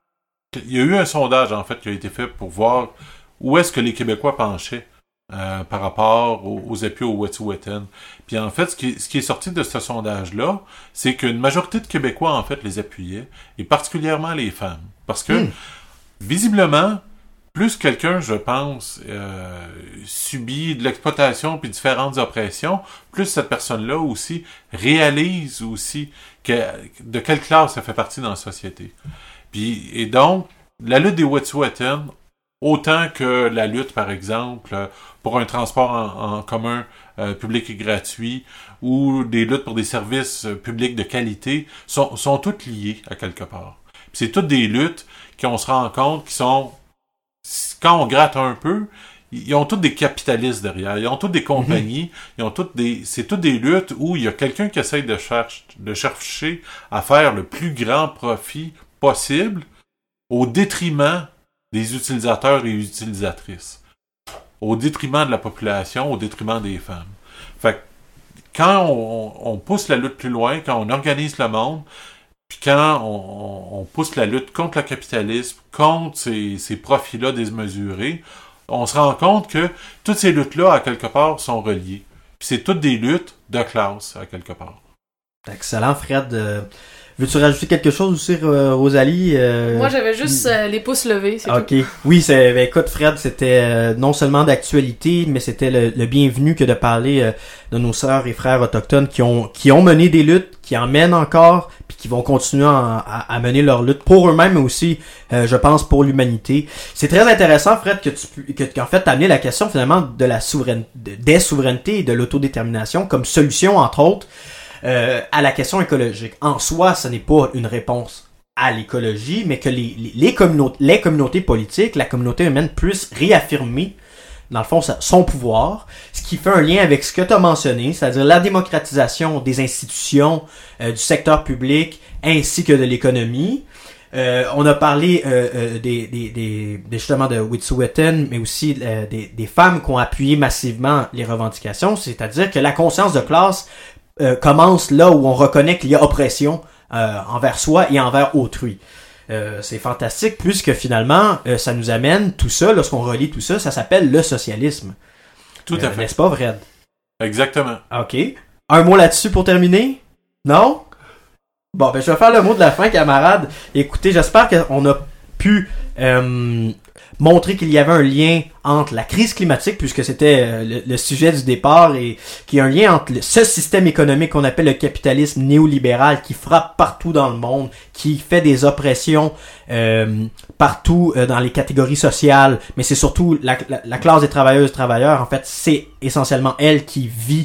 il y a eu un sondage, en fait, qui a été fait pour voir où est-ce que les Québécois penchaient euh, par rapport aux, aux appuis aux Wet'suwet'en. Puis, en fait, ce qui, ce qui est sorti de ce sondage-là, c'est qu'une majorité de Québécois, en fait, les appuyaient, et particulièrement les femmes. Parce que, mmh. visiblement, plus quelqu'un, je pense, euh, subit de l'exploitation puis différentes oppressions, plus cette personne-là aussi réalise aussi que, de quelle classe elle fait partie dans la société. Puis, et donc, la lutte des Wet'suwet'en, autant que la lutte, par exemple, pour un transport en, en commun euh, public et gratuit, ou des luttes pour des services publics de qualité, sont, sont toutes liées à quelque part. Puis c'est toutes des luttes qu'on se rend compte qui sont, quand on gratte un peu, ils ont toutes des capitalistes derrière, ils ont toutes des compagnies, mm-hmm. ils ont toutes des, c'est toutes des luttes où il y a quelqu'un qui essaye de, cherche, de chercher à faire le plus grand profit possible au détriment des utilisateurs et utilisatrices, au détriment de la population, au détriment des femmes. Fait que quand on, on pousse la lutte plus loin, quand on organise le monde, puis quand on, on pousse la lutte contre le capitalisme, contre ces, ces profits-là démesurés, on se rend compte que toutes ces luttes-là, à quelque part, sont reliées. Puis c'est toutes des luttes de classe, à quelque part. Excellent, Fred. Euh, veux-tu rajouter quelque chose aussi, Rosalie? Euh... Moi, j'avais juste euh, les pouces levés, c'est OK. tout. Oui, c'est, ben, écoute, Fred, c'était euh, non seulement d'actualité, mais c'était le, le bienvenu que de parler euh, de nos sœurs et frères autochtones qui ont qui ont mené des luttes, qui en mènent encore, puis qui vont continuer à, à, à mener leur lutte pour eux-mêmes, mais aussi, euh, je pense, pour l'humanité. C'est très intéressant, Fred, que tu que, qu'en fait, t'as amené la question, finalement, de la souveraineté, des souverainetés et de l'autodétermination comme solution, entre autres, Euh, à la question écologique. En soi, ce n'est pas une réponse à l'écologie, mais que les, les, les, communautés, les communautés politiques, la communauté humaine puissent réaffirmer, dans le fond, son pouvoir, ce qui fait un lien avec ce que tu as mentionné, c'est-à-dire la démocratisation des institutions, euh, du secteur public, ainsi que de l'économie. Euh, on a parlé euh, euh, des, des, des, des justement de Wet'suwet'en, mais aussi euh, des, des femmes qui ont appuyé massivement les revendications, c'est-à-dire que la conscience de classe Euh, commence là où on reconnaît qu'il y a oppression euh, envers soi et envers autrui. Euh, c'est fantastique puisque finalement, euh, ça nous amène tout ça, lorsqu'on relie tout ça, ça s'appelle le socialisme. Tout euh, à fait. N'est-ce pas, Fred? Exactement. OK. Un mot là-dessus pour terminer? Non? Bon, ben je vais faire le mot de la fin, camarades. Écoutez, j'espère qu'on a pu euh, montrer qu'il y avait un lien entre la crise climatique, puisque c'était euh, le, le sujet du départ, et qu'il y a un lien entre le, ce système économique qu'on appelle le capitalisme néolibéral qui frappe partout dans le monde, qui fait des oppressions euh, partout euh, dans les catégories sociales, mais c'est surtout la, la, la classe des travailleuses et travailleurs, en fait, c'est essentiellement elle qui vit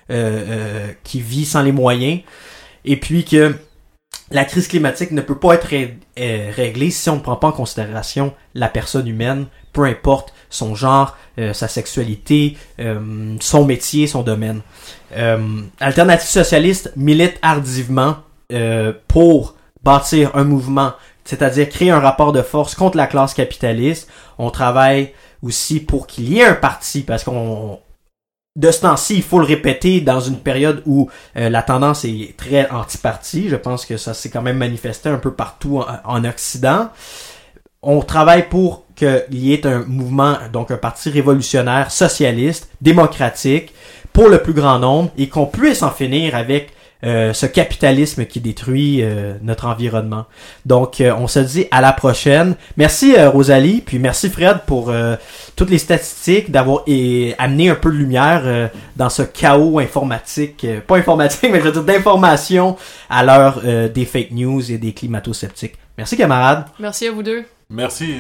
euh, euh, qui vit sans les moyens, et puis que la crise climatique ne peut pas être ré- euh, réglée si on ne prend pas en considération la personne humaine, peu importe son genre, euh, sa sexualité, euh, son métier, son domaine. Euh, Alternative socialiste milite hardivement euh, pour bâtir un mouvement, c'est-à-dire créer un rapport de force contre la classe capitaliste. On travaille aussi pour qu'il y ait un parti, parce qu'on de ce temps-ci, il faut le répéter, dans une période où euh, la tendance est très anti-parti. Je pense que ça s'est quand même manifesté un peu partout en, en Occident. On travaille pour qu'il y ait un mouvement, donc un parti révolutionnaire, socialiste, démocratique, pour le plus grand nombre, et qu'on puisse en finir avec euh, ce capitalisme qui détruit euh, notre environnement. Donc, euh, on se dit à la prochaine. Merci euh, Rosalie, puis merci Fred pour euh, toutes les statistiques, d'avoir et, amené un peu de lumière euh, dans ce chaos informatique, euh, pas informatique, mais je veux dire d'information à l'heure euh, des fake news et des climato-sceptiques. Merci camarades. Merci à vous deux. Merci.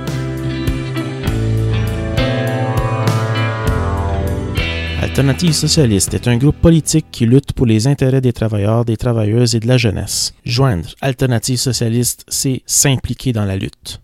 Alternative socialiste est un groupe politique qui lutte pour les intérêts des travailleurs, des travailleuses et de la jeunesse. Joindre Alternative socialiste, c'est s'impliquer dans la lutte.